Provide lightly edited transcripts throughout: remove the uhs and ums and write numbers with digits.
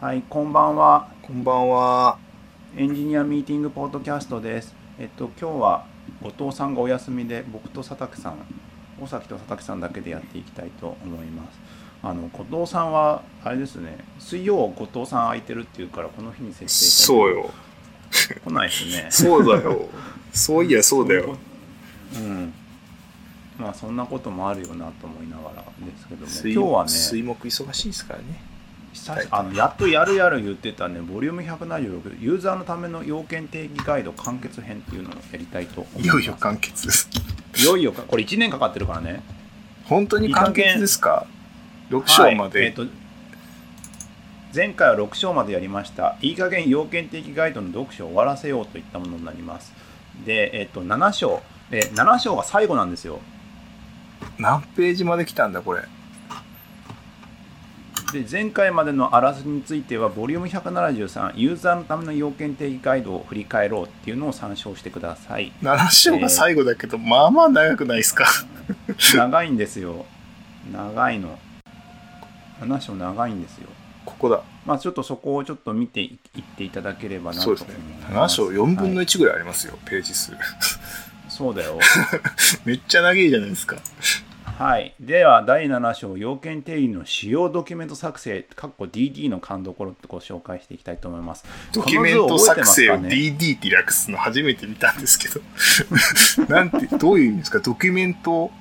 はい、こんばんは。 こんばんは。 エンジニアミーティングポッドキャストです。今日は後藤さんがお休みで、僕と佐竹さん、尾崎と佐竹さんだけでやっていきたいと思います。後藤さんはあれですね、水曜後藤さん空いてるっていうからこの日に設定したそうよ。 来ないですね。 そうだよ。そういやそうだよ。 まあそんなこともあるよなと思いながらですけども、 今日はね、水木忙しいですからね。 やっとやる言ってたね、ボリューム176、ユーザーのための要件定義ガイド完結編っていうのをやりたいと思います。 いよいよ完結です。 いよいよこれ1年かかってるからね。 本当に完結ですか？6章まで、 前回は6章までやりました。いい加減要件定義ガイドの読書を終わらせようといったものになります。で、7章7章が最後なんですよ。 何ページまで来たんだこれ。 で前回までのあらすじについてはボリューム173ユーザーのための要件定義ガイドを振り返ろうっていうのを参照してください。 7章が最後だけど、まあまあ長くないですか？ 長いんですよ。長いの。7章長いんですよ。 ここだ。 まあちょっとそこをちょっと見ていっていただければなと思います。 そうですね。7章4分の1ぐらいありますよ、ページ数。 そうだよ。 めっちゃ長いじゃないですか。 はい、では第7章要件定義の主要ドキュメント作成(DD) の勘どころってご紹介していきたいと思います。 ドキュメント作成を DD って略すの初めて見たんですけどなんてどういう意味ですか？ドキュメント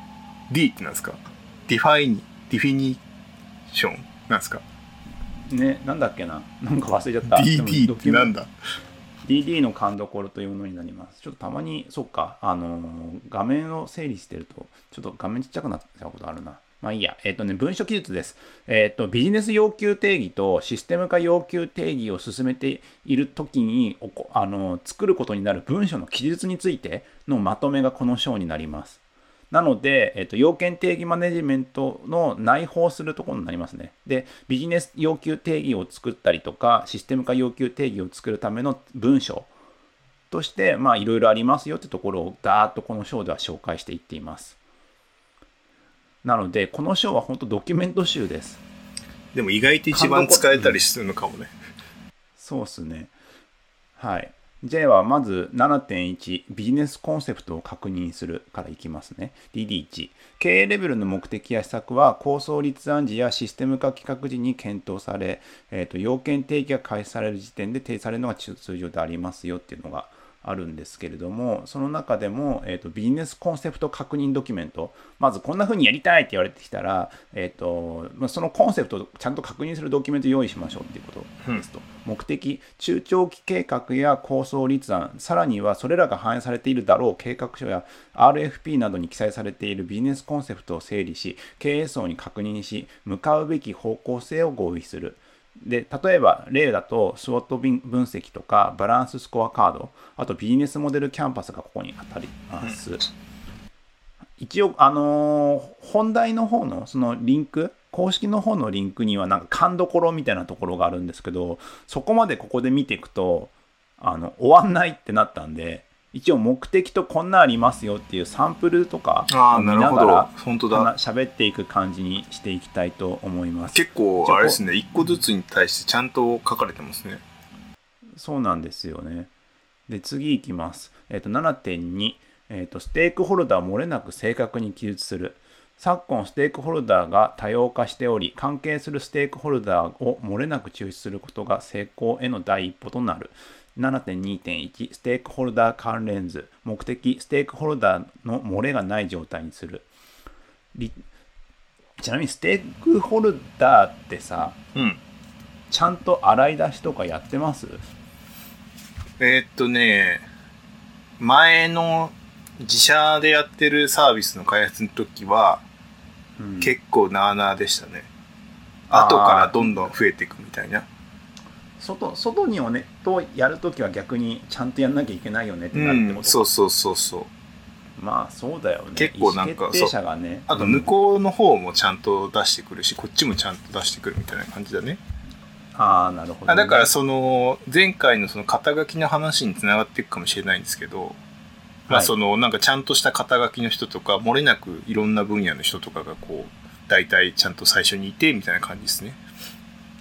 D ってなんですか？ディフィニションなんですかね、なんだっけな、なんか忘れちゃった。 DD ってなんだ？ DD の勘どころというものになります。ちょっとたまにそっか、画面を整理してるとちょっと画面ちっちゃくなっちゃうことあるな。まあいいや。文書記述です。ビジネス要求定義とシステム化要求定義を進めているときに作ることになる文書の記述についてのまとめがこの章になります。なので、要件定義マネジメントの内包するところになりますね。で、ビジネス要求定義を作ったりとか、システム化要求定義を作るための文章として、まあいろいろありますよってところをダーッとこの章では紹介していっています。なので、この章は本当ドキュメント集です。 でも意外と一番使えたりするのかもね。 そうですね。はい。J はまず 7.1 ビジネスコンセプトを確認するからいきますね。DD1 経営レベルの目的や施策は構想立案時やシステム化企画時に検討され、要件定義が開始される時点で提示されるのが通常でありますよっていうのがあるんですけれども、その中でも、ビジネスコンセプト確認ドキュメント、まずこんな風にやりたいって言われてきたら、そのコンセプトをちゃんと確認するドキュメントを用意しましょうっていうことですと。目的、中長期計画や構想立案、さらにはそれらが反映されているだろう計画書や RFP などに記載されているビジネスコンセプトを整理し、経営層に確認し、向かうべき方向性を合意する。で例えば例だとスウォット分析とかバランススコアカード、あとビジネスモデルキャンパスがここに当たります。一応本題の方のそのリンク、公式の方のリンクにはなんか勘どころみたいなところがあるんですけど、そこまでここで見ていくと終わんないってなったんで、一応目的とこんなありますよっていうサンプルとかを見ながら喋っていく感じにしていきたいと思います。 結構あれですね、1個ずつに対してちゃんと書かれてますね。 そうなんですよね。で次いきます。7.2、ステークホルダーを漏れなく正確に記述する。昨今ステークホルダーが多様化しており、関係するステークホルダーを漏れなく抽出することが成功への第一歩となる。7.2.1 ステークホルダー関連図。目的、ステークホルダーの漏れがない状態にする。ちなみにステークホルダーってさ、ちゃんと洗い出しとかやってます？ 前の自社でやってるサービスの開発の時は、結構なあなあでしたね。後からどんどん増えていくみたいな。 外にをねとやるときは逆にちゃんとやんなきゃいけないよねってなるってこと、 そうまあそうだよね。 結構なんか意思決定者がね、 あと向こうの方もちゃんと出してくるし、こっちもちゃんと出してくるみたいな感じだね。 なるほど、ね、 だからその前回のその肩書きの話につながっていくかもしれないんですけど、まあそのなんかちゃんとした肩書きの人とか漏れなくいろんな分野の人とかがこう大体ちゃんと最初にいてみたいな感じですね。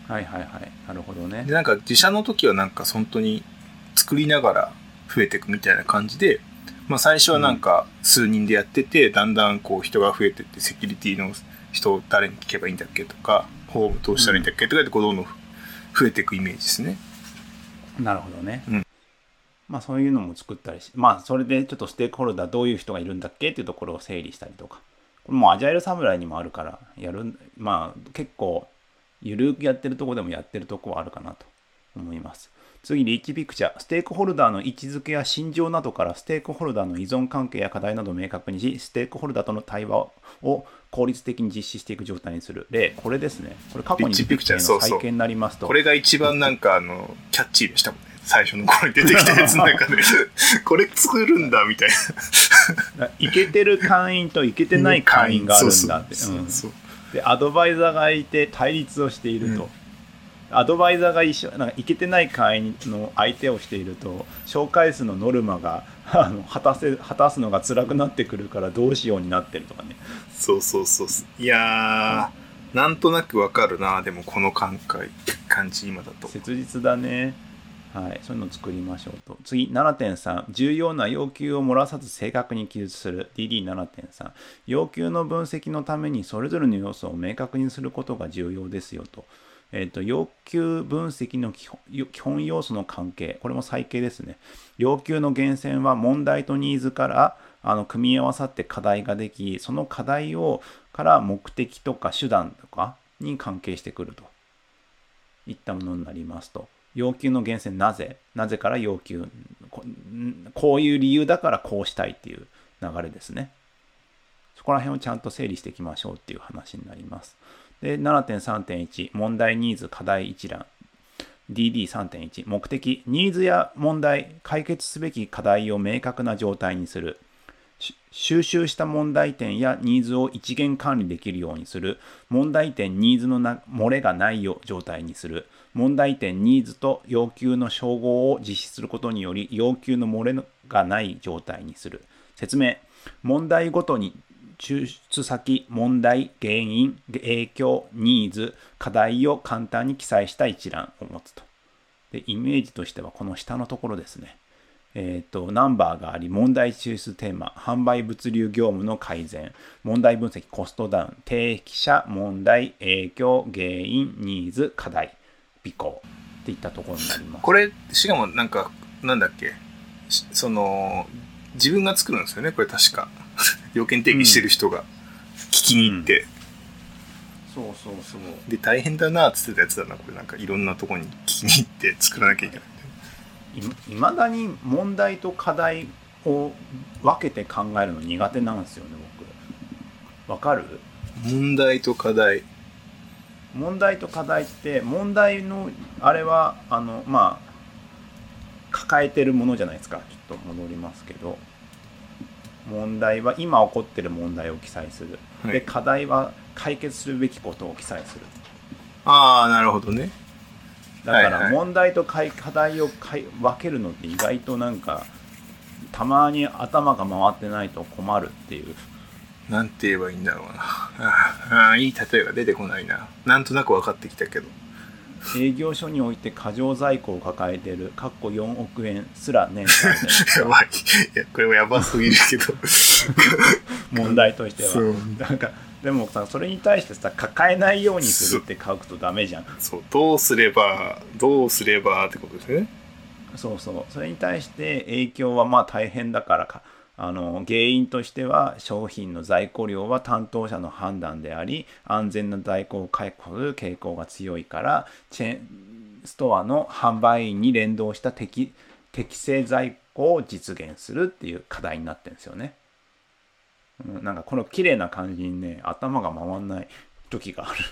はいはいはい。なるほどね。 で、なんか自社の時はなんか本当に作りながら増えていくみたいな感じで、まあ最初はなんか数人でやってて、だんだんこう人が増えてって、セキュリティの人を誰に聞けばいいんだっけとか、ホームどうしたらいいんだっけとかでこうどんどん増えていくイメージですね。 なるほどね。 うん。 まあそういうのも作ったりし、まあそれでちょっとステークホルダーどういう人がいるんだっけっていうところを整理したりとか。これもうアジャイル侍にもあるからやる、まあ結構ゆるくやってるとこでもやってるとこはあるかなと思います。次、リッチピクチャー。ステークホルダーの位置づけや心情などからステークホルダーの依存関係や課題などを明確にし、ステークホルダーとの対話を効率的に実施していく状態にする。例、これですね。これ過去に出てきたの再建になりますと。 これが一番なんかキャッチーでしたもんね。最初の頃に出てきたやつの中でこれ作るんだみたいな。イケてる会員とイケてない会員があるんだって。で、アドバイザーがいて対立をしていると。アドバイザーが一緒なんかイケてない会員の相手をしていると紹介数のノルマが果たすのが辛くなってくるからどうしようになってるとかね。 そういやー、なんとなくわかるな。でもこの感じ今だと切実だね。はい、そういうのを作りましょうと。次 7.3 重要な要求を漏らさず正確に記述する DD7.3 要求の分析のためにそれぞれの要素を明確にすることが重要ですよと。要求分析の基本要素の関係、これも最軽ですね。要求の源泉は問題とニーズから組み合わさって課題ができ、その課題から目的とか手段とかに関係してくるといったものになりますと。要求の源泉なぜから要求、こういう理由だからこうしたいっていう流れですね。そこら辺をちゃんと整理していきましょうっていう話になります。で、7.3.1 問題ニーズ課題一覧 DD3.1 目的ニーズや問題解決すべき課題を明確な状態にする収集した問題点やニーズを一元管理できるようにする問題点ニーズの漏れがない状態にする問題点ニーズと要求の照合を実施することにより要求の漏れがない状態にする説明問題ごとに抽出先、問題、原因、影響、ニーズ、課題を簡単に記載した一覧を持つと。で、イメージとしてはこの下のところですね。ナンバーがあり、問題抽出テーマ、販売物流業務の改善、問題分析、コストダウン、提起者、問題、影響、原因、ニーズ、課題、備考っていったところになります。 これ、しかもなんか、なんだっけ、自分が作るんですよね、これ確か。要件定義してる人が聞きに行って、 そうで大変だなっつってたやつだな。これなんかいろんなところに聞きに行って作らなきゃいけない。 いまだに問題と課題を分けて考えるの苦手なんですよね僕。わかる？ 問題と課題って問題のあれはまあ抱えてるものじゃないですか。ちょっと戻りますけど問題は今起こってる問題を記載する、はい、で課題は解決するべきことを記載する。 ああなるほどね。 だから問題と課題を分けるのって意外となんかたまに頭が回ってないと困るっていう。 なんて言えばいいんだろうな。いい例えが出てこないな。なんとなく分かってきたけど。 営業所において過剰在庫を抱えている4億円すら年間やばい。いやこれはやばすぎるけど問題としてはなんかでもさそれに対してさ抱えないようにするって書くとダメじゃん。 そうどうすればってことですね。 そうそれに対して影響はまあ大変だからか原因としては商品の在庫量は担当者の判断であり安全な在庫を確保する傾向が強いからチェーンストアの販売員に連動した適正在庫を実現するっていう課題になってるんですよね。なんかこの綺麗な感じにね頭が回らない時がある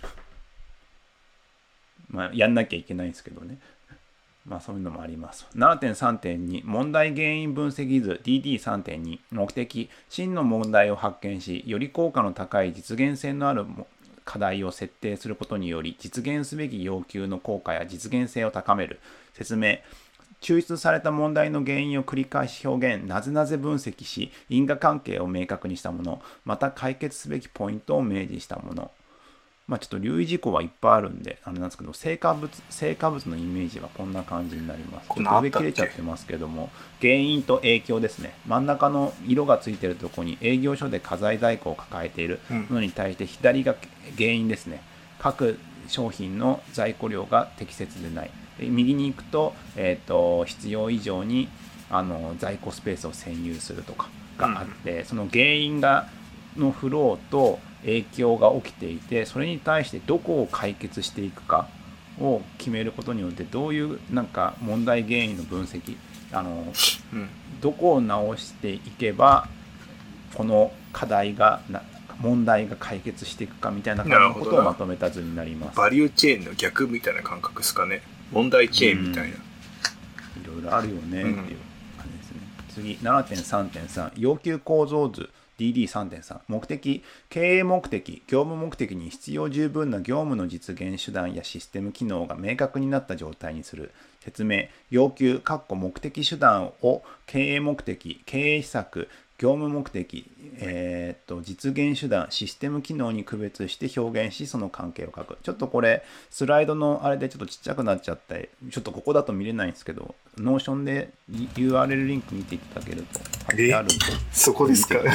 まあやんなきゃいけないんですけどね。まあそういうのもあります。7.3.2 問題原因分析図 DD3.2 目的真の問題を発見しより効果の高い実現性のある課題を設定することにより実現すべき要求の効果や実現性を高める。説明抽出された問題の原因を繰り返し表現なぜ分析し因果関係を明確にしたものまた解決すべきポイントを明示したものまあ、ちょっと留意事項はいっぱいあるんであれなんですけど、成果物のイメージはこんな感じになります。ちょっと上切れちゃってますけども、原因と影響ですね。真ん中の色がついてるところに営業所で家財在庫を抱えているのに対して左が原因ですね。各商品の在庫量が適切でない。で右に行くと、必要以上に在庫スペースを占有するとかがあって、その原因のフローと影響が起きていて、それに対してどこを解決していくかを決めることによって、どういうなんか問題原因の分析、どこを直していけばこの問題が解決していくかみたいな感じのことをまとめた図になります。 バリューチェーンの逆みたいな感覚ですかね。問題チェーンみたいな、いろいろあるよねっていう感じですね。次 7.3.3 要求構造図 DD3.3 目的、経営目的、業務目的に必要十分な業務の実現手段やシステム機能が明確になった状態にする。説明、要求、目的手段を経営目的、経営施策、業務目的、実現手段、システム機能に区別して表現し、その関係を書く。ちょっとこれ、スライドのあれでちょっとちっちゃくなっちゃって、ちょっとここだと見れないんですけど、ノーションで URL リンク見ていただけると貼ってあるんで。 そこですか。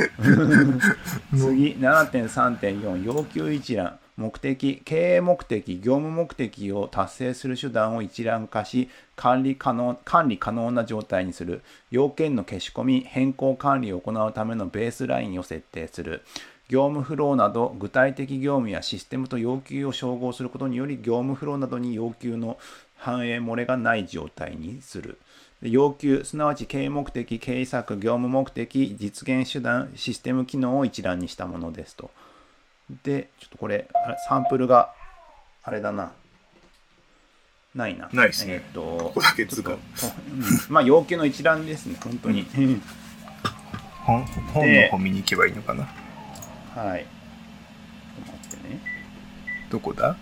次、7.3.4 要求一覧。目的、経営目的、業務目的を達成する手段を一覧化し、管理可能な状態にする。要件の消し込み、変更管理を行うためのベースラインを設定する。業務フローなど具体的業務やシステムと要求を照合することにより、業務フローなどに要求の反映漏れがない状態にする。要求、すなわち経営目的、経営策、業務目的、実現手段、システム機能を一覧にしたものですと。で、ちょっとこれ、サンプルが、あれだな。ないな。 ないですね。ここだけ図が。 まあ、要求の一覧ですね、本当に。 本の方見に行けばいいのかな。 はい。ちょっと待ってね。 どこだ？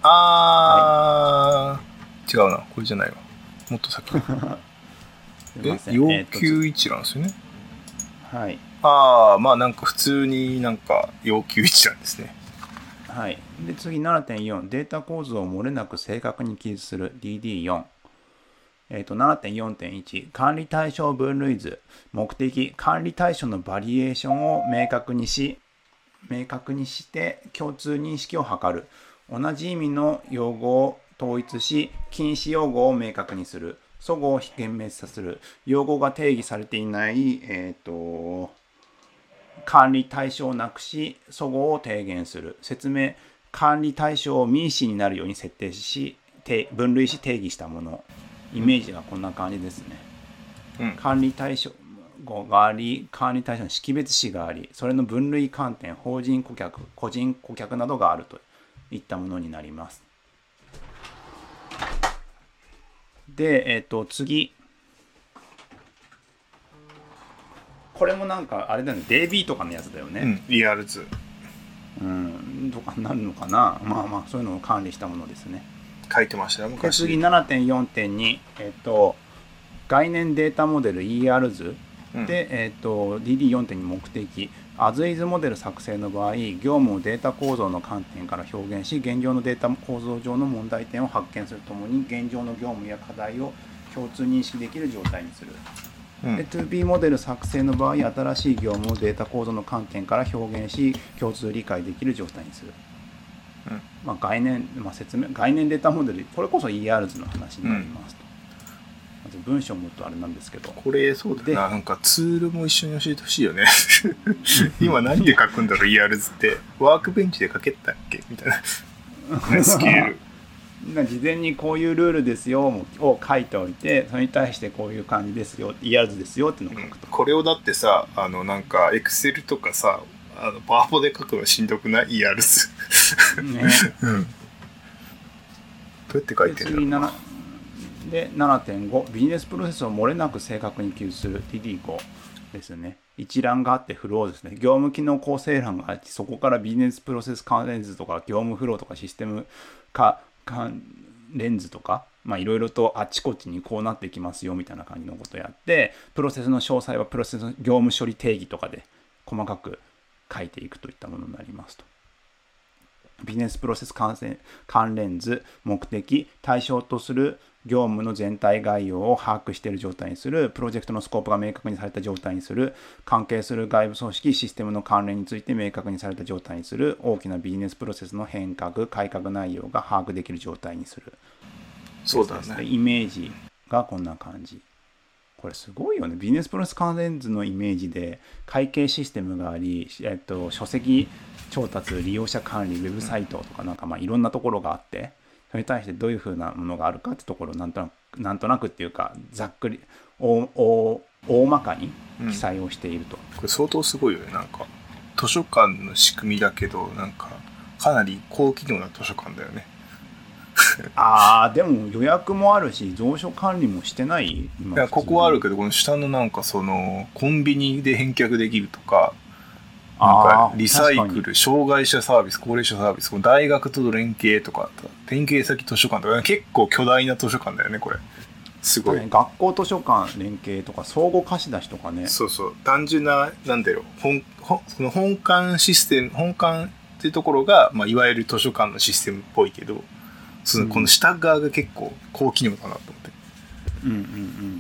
はい、違うな。これじゃないわ。もっと先。要求一覧ですよね。 はい。 まあなんか普通になんか要求一覧ですね。 はい。で、次 7.4 データ構造を漏れなく正確に記述する DD4。7.4.1 管理対象分類図。目的、管理対象のバリエーションを明確にして共通認識を図る。同じ意味の用語を統一し、禁止用語を明確にする。齟齬を幻滅させる。用語が定義されていない管理対象をなくし、齟齬を低減する。説明、管理対象を民視になるように設定し、分類し定義したもの。イメージがこんな感じですね。管理対象があり、管理対象の識別子があり、それの分類観点、法人顧客、個人顧客などがあるといったものになります。で、次。これもなんかあれだよね、DB とかのやつだよね。 ER 図。 とかになるのかな。まあまあ、そういうのを管理したものですね。 書いてましたよ、昔。 で、次 7.4.2、概念データモデル ER 図。で、DD4.2 目的。As-is モデル作成の場合、業務をデータ構造の観点から表現し、現状のデータ構造上の問題点を発見するとともに、現状の業務や課題を共通認識できる状態にする。で 2B モデル作成の場合、新しい業務をデータ構造の観点から表現し、共通理解できる状態にする。概念データモデル、これこそ ER 図の話になりますと。まず文章もっとあれなんですけど。 これそうだな、なんかツールも一緒に教えてほしいよね。今何で書くんだろう、ER 図って。ワークベンチで書けたっけみたいな。スキル。 事前にこういうルールですよを書いておいて、それに対してこういう感じですよ、ER 図ですよっていうのを書くと。 これをだってさ、なんか Excel とかさ、パワポで書くのしんどくない？ ER 図。ね。どうやって書いてるんだろう。 で 7.5 ビジネスプロセスを漏れなく正確に記述する DD5 ですね。一覧があってフローですね。業務機能構成欄があって、そこからビジネスプロセス関連図とか業務フローとかシステム関連図とか、いろいろとあっちこっちにこうなっていきますよみたいな感じのことをやって、プロセスの詳細はプロセスの業務処理定義とかで細かく書いていくといったものになりますと。 ビジネスプロセス関連図、目的、対象とする業務の全体概要を把握している状態にする、プロジェクトのスコープが明確にされた状態にする、関係する外部組織、システムの関連について明確にされた状態にする、大きなビジネスプロセスの変革、改革内容が把握できる状態にする。 そうだね。 イメージがこんな感じ。これすごいよね。ビジネスプロセス関連図のイメージで会計システムがあり、書籍調達、利用者管理、ウェブサイトとかなんかいろんなところがあって、それに対してどういうふうなものがあるかってところをなんとなくっていうかざっくり大まかに記載をしていると、 これ相当すごいよね。なんか図書館の仕組みだけどなんかかなり高機能な図書館だよね。 でも予約もあるし蔵書管理もしてない。 いやここはあるけどこの下のなんかそのコンビニで返却できるとか、なんかリサイクル、障害者サービス、高齢者サービス、大学との連携とか、典型先図書館とか、結構巨大な図書館だよねこれ。すごい。 学校図書館連携とか相互貸し出しとかね。 そうそう。単純ななんだろうその本館システム、本館っていうところが、いわゆる図書館のシステムっぽいけど。この下側が結構高機能だなと思って。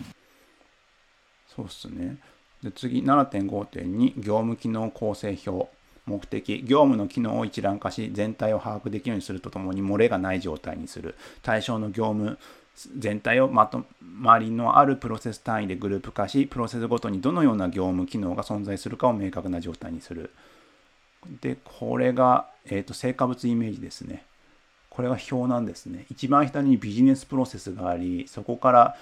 そうっすね。で次 7.5.2 業務機能構成表。目的、業務の機能を一覧化し全体を把握できるようにするとともに漏れがない状態にする。対象の業務全体をまとまりのあるプロセス単位でグループ化し、プロセスごとにどのような業務機能が存在するかを明確な状態にする。でこれが、成果物イメージですね。これは表なんですね。一番左にビジネスプロセスがあり、そこから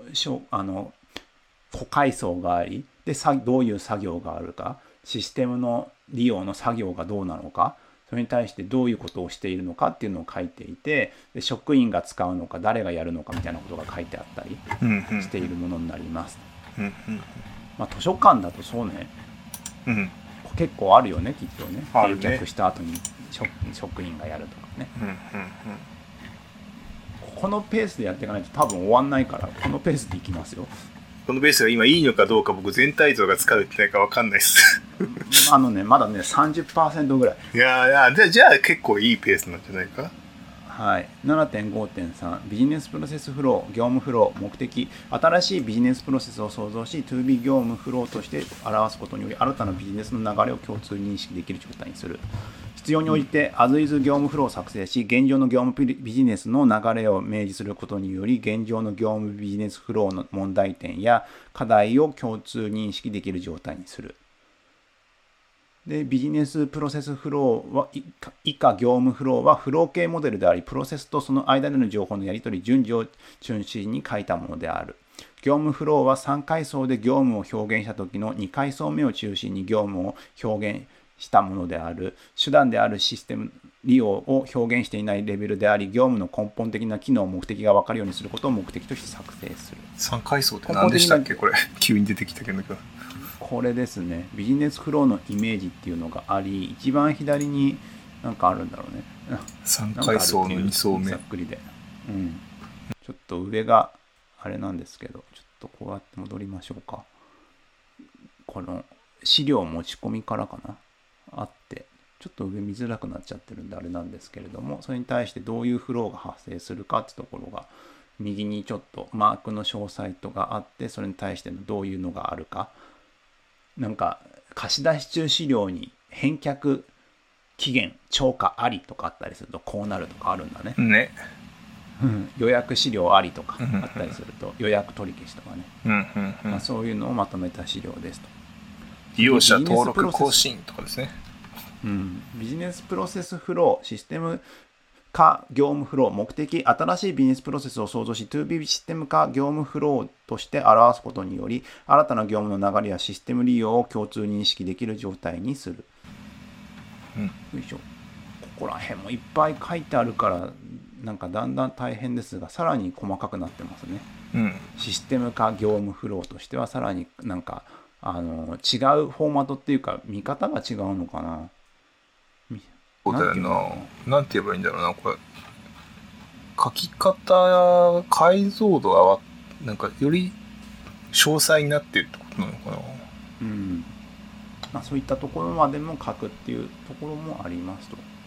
個階層があり、でどういう作業があるか、システムの利用の作業がどうなのか、それに対してどういうことをしているのかっていうのを書いていて、で職員が使うのか誰がやるのかみたいなことが書いてあったりしているものになります。図書館だとそうね、結構あるよねきっとね。返却した後に職員がやるとかね。このペースでやっていかないと多分終わんないから、このペースでいきますよ。 このペースが今いいのかどうか僕全体像が使うってないか分かんないですまだね 30% ぐらい。 いやじゃあ結構いいペースなんじゃないか。 はい、7.5.3 ビジネスプロセスフロー、業務フロー、目的、新しいビジネスプロセスを創造し 2B 業務フローとして表すことにより新たなビジネスの流れを共通認識できる状態にする。必要に応じて as-is 業務フローを作成し、現状の業務ビジネスの流れを明示することにより現状の業務ビジネスフローの問題点や課題を共通認識できる状態にする。でビジネスプロセスフローは以下業務フローはフロー系モデルであり、プロセスとその間での情報のやり取り順序を中心に書いたものである。業務フローは3階層で業務を表現した時の2階層目を中心に業務を表現したものである。手段であるシステム利用を表現していないレベルであり、業務の根本的な機能目的が分かるようにすることを目的として作成する。 3階層って何でしたっけこれ急に出てきたけど。 これですね、ビジネスフローのイメージっていうのがあり、一番左に何かあるんだろうね。 3階層の2層目。 ざっくりで。ちょっと上があれなんですけど、ちょっとこうやって戻りましょうか。この資料持ち込みからかな。あって、ちょっと上見づらくなっちゃってるんであれなんですけれども、それに対してどういうフローが発生するかってところが、右にちょっとマークの詳細とかあって、それに対してのどういうのがあるか。なんか貸し出し中資料に返却期限超過ありとかあったりするとこうなるとかあるんだね。予約資料ありとかあったりすると予約取り消しとかね。そういうのをまとめた資料ですと。 利用者登録更新とかですね。 ビジネスプロセスフロー、システム化業務フロー、目的、新しいビジネスプロセスを創造し 2B システム化業務フローとして表すことにより新たな業務の流れやシステム利用を共通認識できる状態にする。よいしょ。ここら辺もいっぱい書いてあるからなんかだんだん大変ですが、さらに細かくなってますね。システム化業務フローとしてはさらになんか違うフォーマットっていうか見方が違うのかな。 そうだよな。なんて言えばいいんだろうな、これ。書き方、解像度がなんかより詳細になってるってことなのかな。 そういったところまでも書くっていうところもありますと。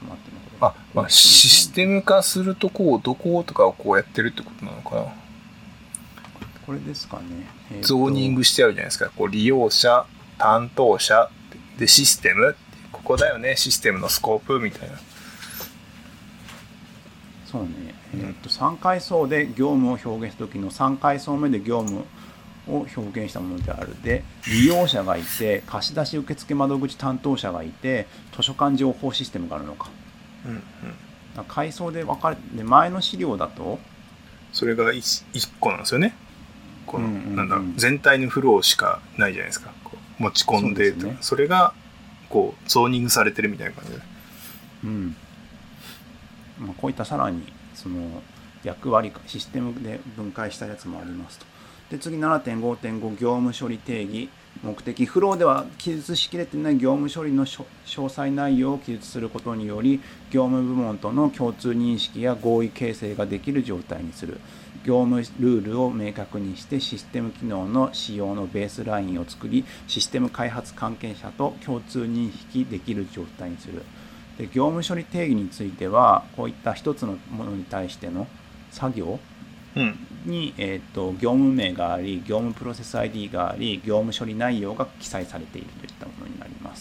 と待ってね。これシステム化するとこうどことかをこうやってるってことなのかな。 これですかね。 ゾーニングしてあるじゃないですか。こう利用者、担当者でシステム、ここだよね、システムのスコープみたいな。 そうね。3階層で業務を表現した時の3階層目で業務を表現したものである。で、利用者がいて、貸し出し受付窓口担当者がいて、図書館情報システムがあるのか。階層で分かれて、前の資料だとそれが 1個なんですよね。この、なんだ、全体のフローしかないじゃないですか。こう持ち込んで、ね、それがこうゾーニングされてるみたいな感じで。 こういったさらにその役割システムで分解したやつもありますと。で次 7.5.5 業務処理定義目的。フローでは記述しきれていない業務処理の詳細内容を記述することにより業務部門との共通認識や合意形成ができる状態にする。業務ルールを明確にしてシステム機能の使用のベースラインを作りシステム開発関係者と共通認識できる状態にする。で業務処理定義についてはこういった一つのものに対しての作業に、業務名があり業務プロセス ID があり業務処理内容が記載されているといったものになります。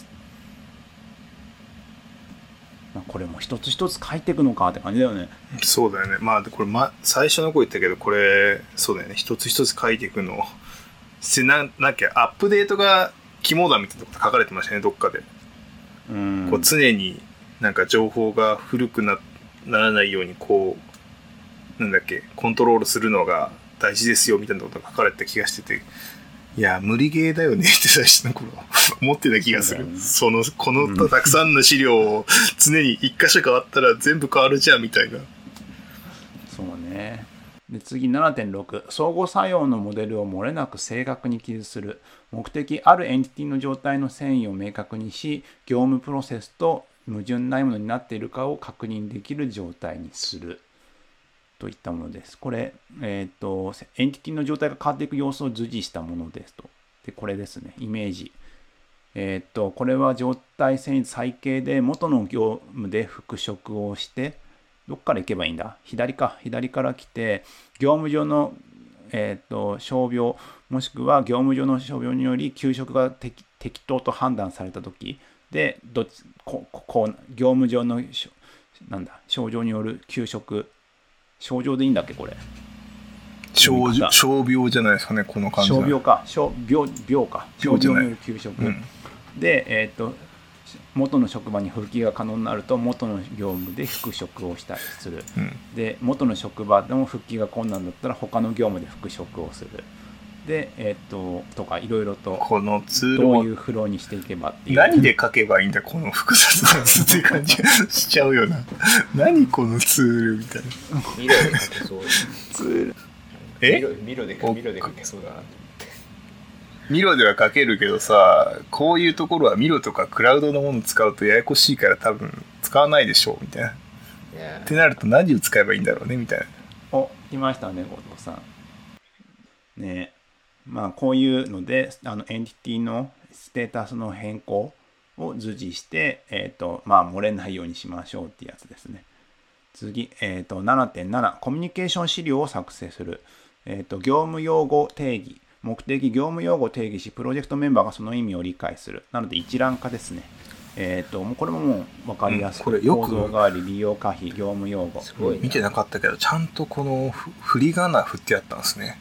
これも一つ一つ書いていくのかって感じだよね。 そうだよね。これ最初の子言ったけどこれそうだよね。一つ一つ書いていくのなんだっけアップデートが肝だみたいなこと書かれてましたねどっかで。こう常になんか情報が古く ならないようにこうなんだっけコントロールするのが大事ですよみたいなことが書かれてた気がしてて、いや無理ゲーだよねって最初の頃思ってた気がする。このたくさんの資料を常に一箇所変わったら全部変わるじゃんみたいな。 そうね。で次 7.6 相互作用のモデルを漏れなく正確に記述する。目的あるエンティティの状態の遷移を明確にし業務プロセスと矛盾ないものになっているかを確認できる状態にするといったものです。これ、エンティティの状態が変わっていく様子を図示したものですと。でこれですね、イメージ。これは状態遷移再形で元の業務で復職をして、どっから行けばいいんだ？左から来て、業務上の、傷病、もしくは業務上の傷病により休職が適当と判断されたとき、で業務上の症状による休職、症状でいいんだっけこれ。 傷病じゃないですかねこの感じ。 傷病か、病か、傷病による休職、で元の職場に復帰が可能になると元の業務で復職をしたりする、で元の職場でも復帰が困難だったら他の業務で復職をする。でとかいろいろとこのツールどういうフローにしていけばっていう。 何で書けばいいんだこの複雑なっていう感じしちゃうよな。何このツールみたいな。 ミロで書けそう。 ツールミロで書けそうだな。 ミロでは書けるけどさ、こういうところはミロとかクラウドのものを使うとややこしいから多分使わないでしょうみたいな。ってなると何を使えばいいんだろうねみたいな。 来ましたね後藤さん。ね、こういうのでエンティティのステータスの変更を図示して漏れないようにしましょうっていうやつですね。次、7.7 コミュニケーション資料を作成する。業務用語定義。目的、業務用語を定義し、プロジェクトメンバーがその意味を理解する。なので一覧化ですね。これももう分かりやすく、 これよく構造代わり、利用可否、業務用語。 すごい見てなかったけど、ちゃんとこの振り仮名振ってあったんですね。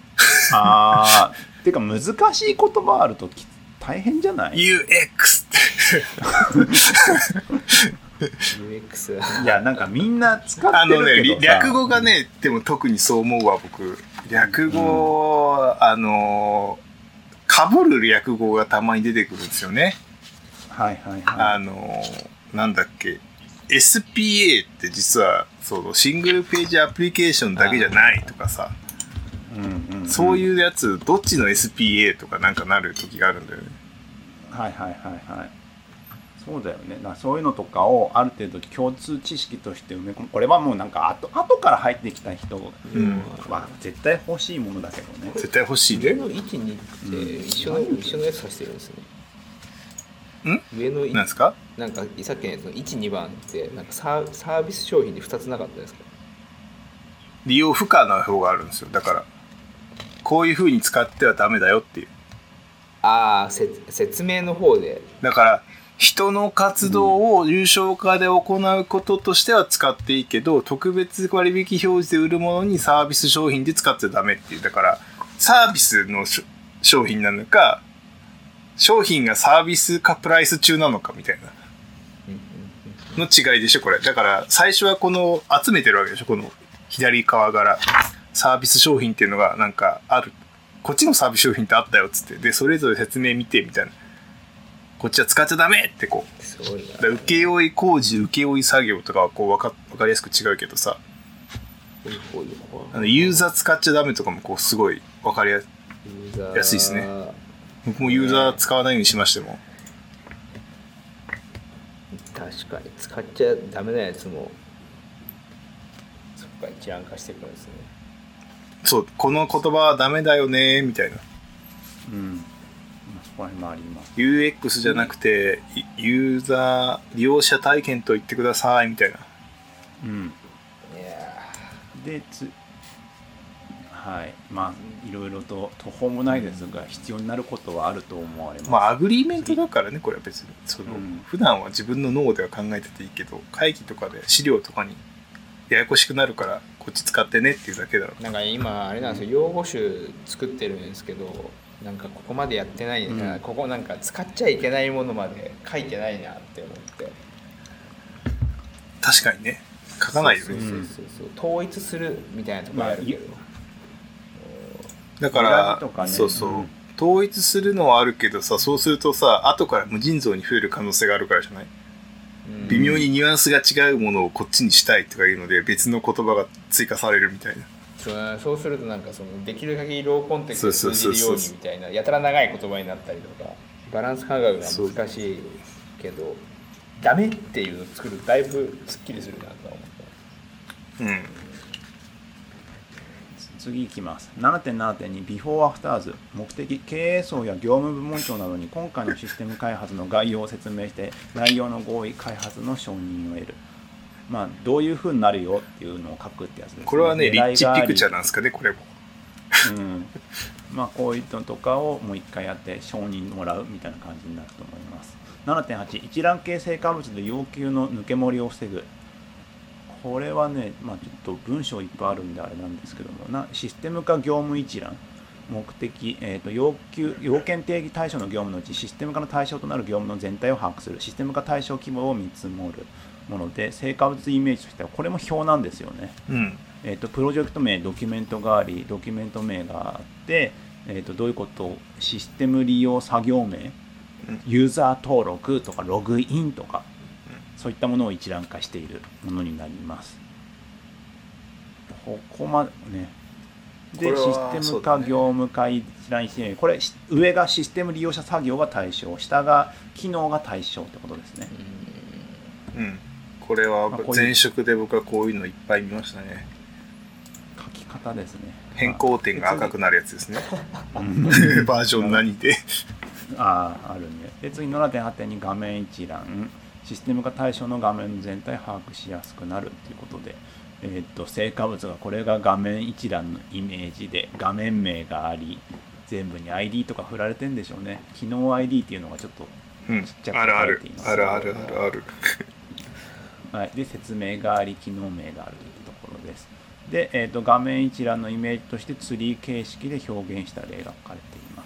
てか難しい言葉あると大変じゃない？ UX って UX いやなんかみんな使ってるけどさ、 略語がね、でも特にそう思うわ僕。略語、かぶる略語がたまに出てくるんですよね。 はいはいはい。 なんだっけ、SPA って実はそのシングルページアプリケーションだけじゃないとかさ、そういうやつどっちの SPA とかなんかなる時があるんだよね。 はいはいはいはい。そうだよね。だからそういうのとかをある程度共通知識として埋め込む。これはもうなんか後から入ってきた人は絶対欲しいものだけどね。 絶対欲しいね。 上の1、2って一緒のやつ指してるんですね。 上のなんですか？ なんかさっきのやつの1、2番ってなんかサービス商品で2つなかったですか？ 利用不可な方があるんですよ。だからこういう風に使ってはダメだよっていう。 ああ、説明の方で。 だから人の活動を有償化で行うこととしては使っていいけど、特別割引表示で売るものにサービス商品で使っちゃダメっていう。だからサービスの商品なのか、商品がサービスかプライス中なのかみたいなの違いでしょこれ。だから最初はこの集めてるわけでしょ、この左側からサービス商品っていうのがなんかある、こっちのサービス商品ってあったよっつって、でそれぞれ説明見てみたいな、こっちは使っちゃダメってこう、 すごいな。 請負工事請負作業とかはこう分かりやすく違うけどさ、ユーザー使っちゃダメとかもこうすごい分かりやすいですね。僕もユーザー使わないようにしましても、 確かに使っちゃダメなやつもそっか一覧化してくるんですね。 そう、この言葉はダメだよねみたいな。 うん。そこら辺もあります。 UX じゃなくて、ユーザー利用者体験と言ってくださいみたいな。 うん。ではい、まあいろいろと途方もないですが必要になることはあると思われます。 まあアグリーメントだからね、これは別にその、普段は自分の脳では考えてていいけど、会議とかで資料とかにややこしくなるからこっち使ってねっていうだけだろう。 なんか今あれなんですよ、用語集作ってるんですけど、なんかここまでやってないから、ここなんか使っちゃいけないものまで書いてないなって思って。 確かにね、書かないよね。 そう統一するみたいなところあるけど、 だから、ね、そうそう、統一するのはあるけどさ、そうするとさ、後から無尽蔵に増える可能性があるからじゃない？微妙にニュアンスが違うものをこっちにしたいとかいうので別の言葉が追加されるみたいな。 そうするとなんかそのできる限りローコンテクストで通じるようにみたいな、やたら長い言葉になったりとか、バランス感覚が難しいけど、ダメっていうのを作るとだいぶすっきりするなと思った。 次いきます。 7.7.2 ビフォーアフターズ。目的、経営層や業務部門長などに今回のシステム開発の概要を説明して内容の合意、開発の承認を得る。まあどういう風になるよっていうのを書くってやつですね。 これはね、リッチピクチャーなんですかね、これも。 まあこういったのとかをもう一回やって承認もらうみたいな感じになると思います。 7.8 一覧系成果物で要求の抜け漏れを防ぐ。これはね、まあ、ちょっと文章いっぱいあるんであれなんですけども、システム化業務一覧、目的、要件定義対象の業務のうちシステム化の対象となる業務の全体を把握する、システム化対象規模を見積もるもので、成果物イメージとしてはこれも表なんですよね。プロジェクト名、ドキュメントがあり、ドキュメント名があって、どういうことをシステム利用作業名、ユーザー登録とかログインとか、そういったものを一覧化しているものになります。ここまでね。で、システム化、業務化一覧して、これ上がシステム利用者作業が対象、下が機能が対象ってことですね。 これは前職で僕はこういうのいっぱい見ましたね。 書き方ですね。 変更点が赤くなるやつですね。バージョン何であるね。で、次 7.8.2 画面一覧。システム化対象の画面全体把握しやすくなるということで、成果物がこれが画面一覧のイメージで、画面名があり、全部に ID とか振られてるんでしょうね。機能 ID っていうのがちょっとちっちゃく書かれています。 ある。 はい、で説明があり、機能名があるというところです。で、画面一覧のイメージとしてツリー形式で表現した例が書かれています。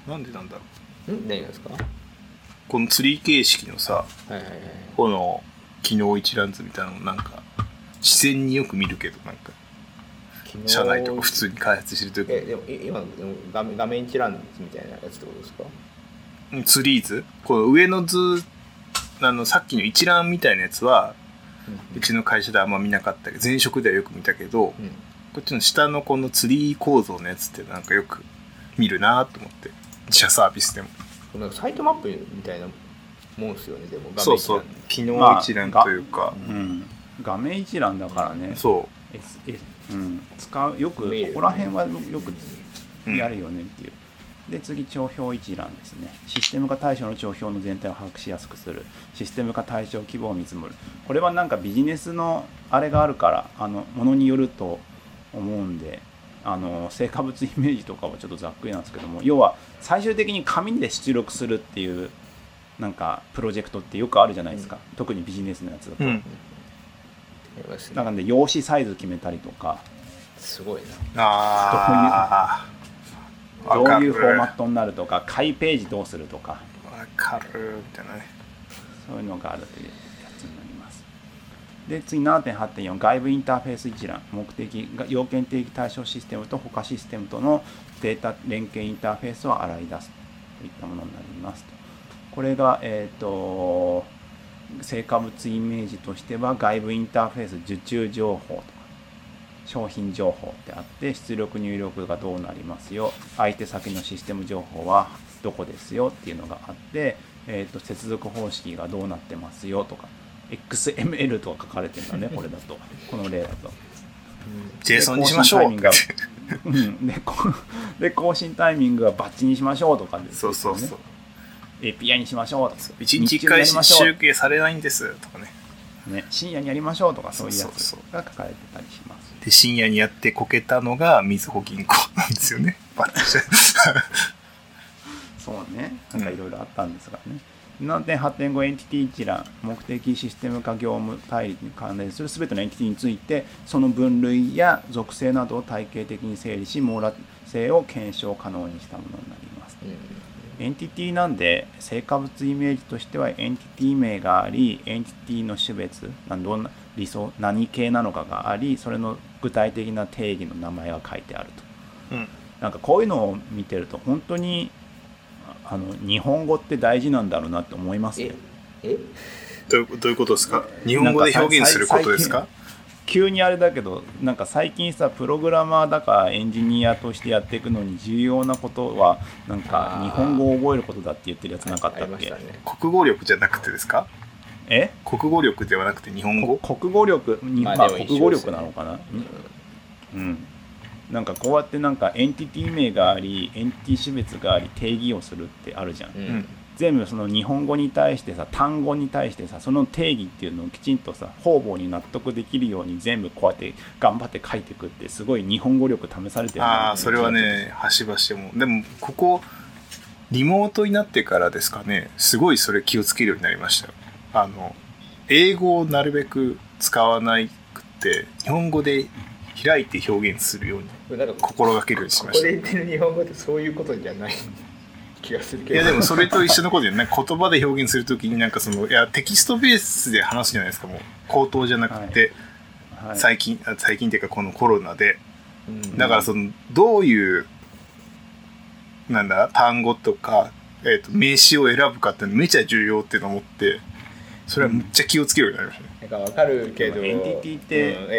なんでなんだろう。何ですか？ このツリー形式のさ、この機能一覧図みたいなのなんか自然によく見るけど、なんか社内とか普通に開発してるときでも今の画面一覧図みたいなやつってことですか？ ツリー図、この上の図、さっきの一覧みたいなやつは、うちの会社であんま見なかったけど、前職ではよく見たけど、こっちの下のこのツリー構造のやつってなんかよく見るなと思って、自社サービスでも。 なんかサイトマップみたいなもんですよね。でも画面一覧、 そう機能一覧というか、 画面一覧だからね。 そう使うよくここら辺はよくやるよねっていう。 で次帳票一覧ですね。システム化対象の帳票の全体を把握しやすくする。システム化対象規模を見積もる。これはなんかビジネスのあれがあるからものによると思うんで成果物イメージとかはちょっとざっくりなんですけども、要は最終的に紙で出力するっていうなんかプロジェクトってよくあるじゃないですか、特にビジネスのやつだと、なので用紙サイズ決めたりとか、 すごいな、 どういうフォーマットになるとか、開ページどうするとか、 わかるみたいなね、 そういうのがあるというやつになります。で次 7.8.4 外部インターフェース一覧、目的要件定義対象システムと他システムとのデータ連携インターフェースを洗い出すといったものになりますと。これが成果物イメージとしては外部インターフェース受注情報とか商品情報ってあって、出力入力がどうなりますよ、相手先のシステム情報はどこですよっていうのがあって、接続方式がどうなってますよとか、XML とか書かれてるんだねこれだと、この例だと、 JSON にしましょうで更新タイミングはバッチにしましょうとかです、 ね、そう、 API にしましょうとか、 1日1回集計されないんですとか ね、 深夜にやりましょうとか、そういうやつが書かれてたりします。 で深夜にやってこけたのがみずほ銀行なんですよねそうね、なんかいろいろあったんですがね。7.8.5 エンティティ一覧、目的システム化業務対立に関連するすべてのエンティティについて、その分類や属性などを体系的に整理し、網羅性を検証可能にしたものになります。エンティティなんで、成果物イメージとしてはエンティティ名があり、エンティティの種別、どんな理想、何系なのかがあり、それの具体的な定義の名前が書いてあると。なんかこういうのを見てると本当に日本語って大事なんだろうなって思いますよ。 どういうことですか？日本語で表現することですか？ 急にあれだけど、なんか最近さ、プログラマーだかエンジニアとしてやっていくのに重要なことはなんか日本語を覚えることだって言ってるやつなかったっけ？ 国語力じゃなくてですか？国語力ではなくて日本語？ 国語力、国語力なのかな。なんかこうやってなんかエンティティ名があり、エンティ種別があり、定義をするってあるじゃん。全部その日本語に対してさ、単語に対してさ、その定義っていうのをきちんとさ、方々に納得できるように全部こうやって頑張って書いていくって、すごい日本語力試されてるな。それはね、端々でもここリモートになってからですかね、すごいそれ気をつけるようになりましたよ。英語をなるべく使わなくて、日本語で開いて表現するように心がけるようにしました。 ここで言ってる日本語ってそういうことじゃない気がするけど。 いやでもそれと一緒のことでね、言葉で表現するときになんかテキストベースで話すじゃないですか、もう口頭じゃなくて、最近っていうかこのコロナで、だからどういう単語とか、名詞を選ぶかってめっちゃ重要っていうのを思って、それはめっちゃ気をつけるようになりましたね。 なんかわかるけど、 エンティティって、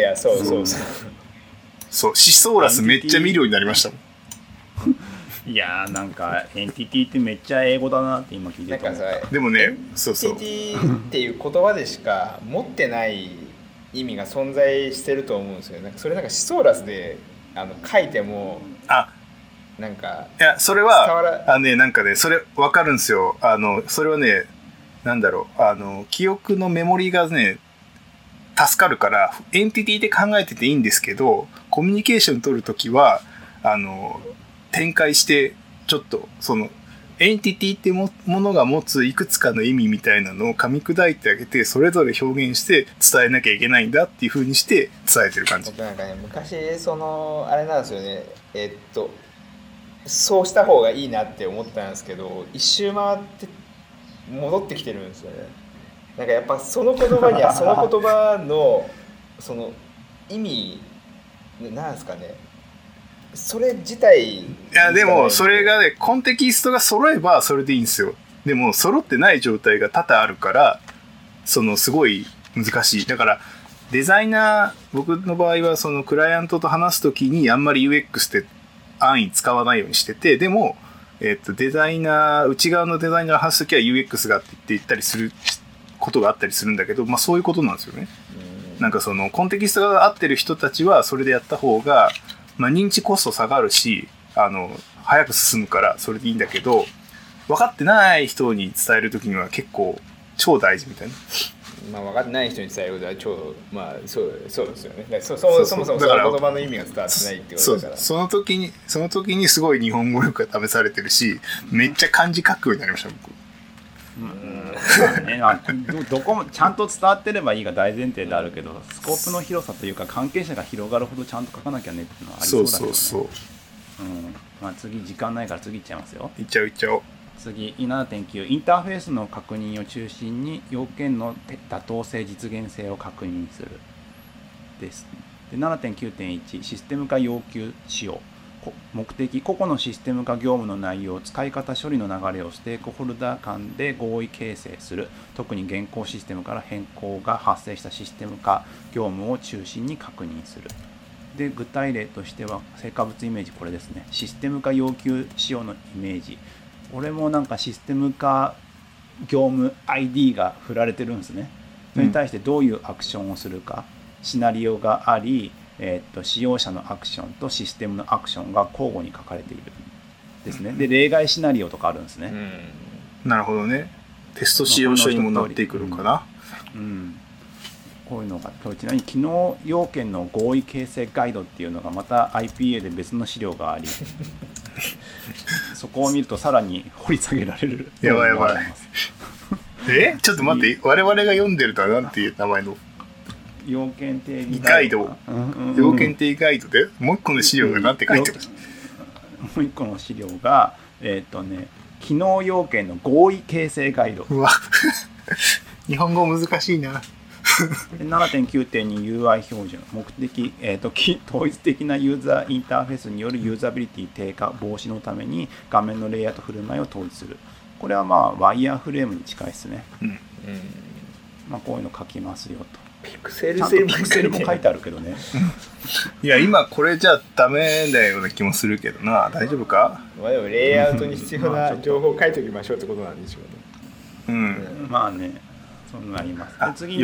いやそうシソーラスめっちゃ見るようになりましたもん。いやーなんかエンティティってめっちゃ英語だなって今聞いてた。 でもね、エンティティっていう言葉でしか持ってない意味が存在してると思うんですよ。なんかそれなんかシソーラスで書いてもなんかいやそれはなんかねそれ分かるんですよ。それはね記憶のメモリがね助かるからエンティティで考えてていいんですけど、コミュニケーション取るときは展開してちょっとエンティティってものが持ついくつかの意味みたいなのを噛み砕いてあげて、それぞれ表現して伝えなきゃいけないんだっていう風にして伝えてる感じ。 なんかね、昔あれなんですよね、そうした方がいいなって思ったんですけど、一周回って戻ってきてるんですよね。なんかやっぱその言葉にはその言葉のその意味なんですかね、それ自体。 いやでもそれがね、コンテキストが揃えばそれでいいんですよ。でも揃ってない状態が多々あるからすごい難しい。だからデザイナー、僕の場合はクライアントと話すときにあんまり UX って安易使わないようにしてて、でもデザイナー、内側のデザイナーが話すときは UX がって言ったりすることがあったりするんだけど、そういうことなんですよね。なんかコンテキストが合ってる人たちはそれでやった方が、認知コスト下がるし、 早く進むからそれでいいんだけど、分かってない人に伝えるときには結構超大事みたいな。 まあ分かってない人に伝えることは超、まあそうですよね。そもそもその言葉の意味が伝わってないってことだから。 その時にすごい日本語力が試されてるし、めっちゃ漢字書くようになりました僕。 どこもちゃんと伝わってればいいが大前提であるけど、スコープの広さというか関係者が広がるほどちゃんと書かなきゃねっていうのはありそうだけどね。そう。まあ次時間ないから次いっちゃいますよ。 いっちゃおう。 次 7.9 インターフェースの確認を中心に要件の妥当性実現性を確認するです。で 7.9.1 システム化要求仕様目的個々のシステム化業務の内容使い方処理の流れをステークホルダー間で合意形成する。特に現行システムから変更が発生したシステム化業務を中心に確認する。で具体例としては成果物イメージこれですね。システム化要求仕様のイメージ、俺もなんかシステム化業務 ID が振られてるんですね。それに対してどういうアクションをするか、シナリオがあり、使用者のアクションとシステムのアクションが交互に書かれているですね。で例外シナリオとかあるんですね。 なるほどね。テスト仕様書にもなってくるかな。こういうのがちなみに機能要件の合意形成ガイドっていうのがまた IPA で別の資料がありそこを見るとさらに掘り下げられる。やばいちょっと待って、我々が読んでるとは何ていう名前の要件定義ガイド、要件定義ガイドでもう一個の資料が何て書いてます？ もう一個の資料が機能要件の合意形成ガイド。 うわ日本語難しいな。 7.9.2UI 標準目的、統一的なユーザーインターフェースによるユーザビリティ低下防止のために画面のレイアウト振る舞いを統一する。これはまあワイヤーフレームに近いですね。まあ、こういうの書きますよと。 ピクセルちゃんとピクセルも書いてあるけどねいや今これじゃダメだような気もするけどな。大丈夫か？ まあでもレイアウトに必要な情報を書いておきましょうってことなんでしょうね。 まあね、そうなります。で次に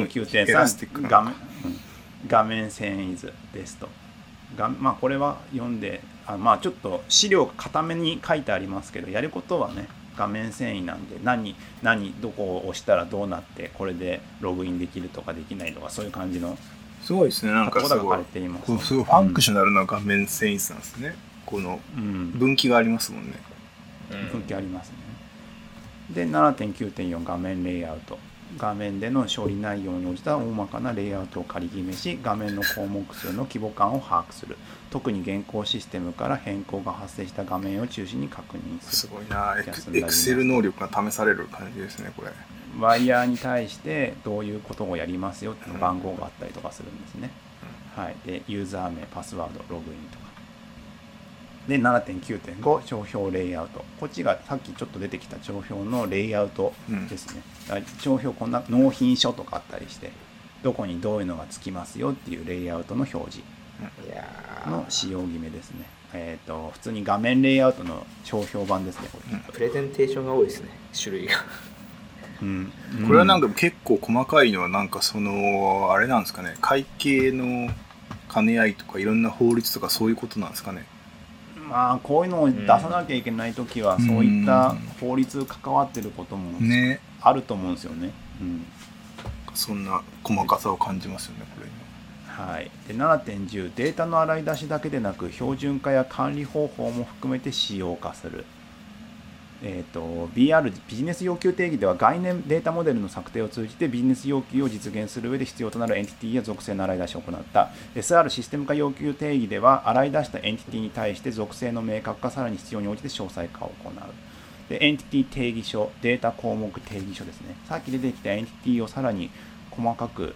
7.9.3 画面遷移図ですと。まあこれは読んでまあちょっと資料が固めに書いてありますけど、やることはね画面遷移なんでどこを押したらどうなってこれでログインできるとかできないとかそういう感じのすごいですね。なんかすごいファンクショナルな画面遷移図なんですね。この分岐がありますもんね。 分岐ありますね。で 7.9.4 画面レイアウト、画面での処理内容に応じた大まかなレイアウトを仮決めし、画面の項目数の規模感を把握する。特に現行システムから変更が発生した画面を中心に確認する。 すごいな。エクセル能力が試される感じですねこれ。 ワイヤーに対してどういうことをやりますよっていう番号があったりとかするんですね。はい。でユーザー名、パスワード、ログインとか。で 7.9.5 帳票レイアウト、こっちがさっきちょっと出てきた帳票のレイアウトですね。帳票こんな納品書とかあったりしてどこにどういうのがつきますよっていうレイアウトの表示の使用決めですね。普通に画面レイアウトの帳票版ですねこれ。 プレゼンテーションが多いですね種類が。 これはなんか結構細かいのはなんかあれなんですかね、会計の兼ね合いとかいろんな法律とかそういうことなんですかね。 まあこういうのを出さなきゃいけないときはそういった法律関わってることもあると思うんですよね。 そんな細かさを感じますよねこれ。 はい。で 7.10 データの洗い出しだけでなく標準化や管理方法も含めて仕様化する。BR ビジネス要求定義では概念データモデルの策定を通じてビジネス要求を実現する上で必要となるエンティティや属性の洗い出しを行った。 SR システム化要求定義では洗い出したエンティティに対して属性の明確化、さらに必要に応じて詳細化を行う。でエンティティ定義書、データ項目定義書ですね。さっき出てきたエンティティをさらに細かく、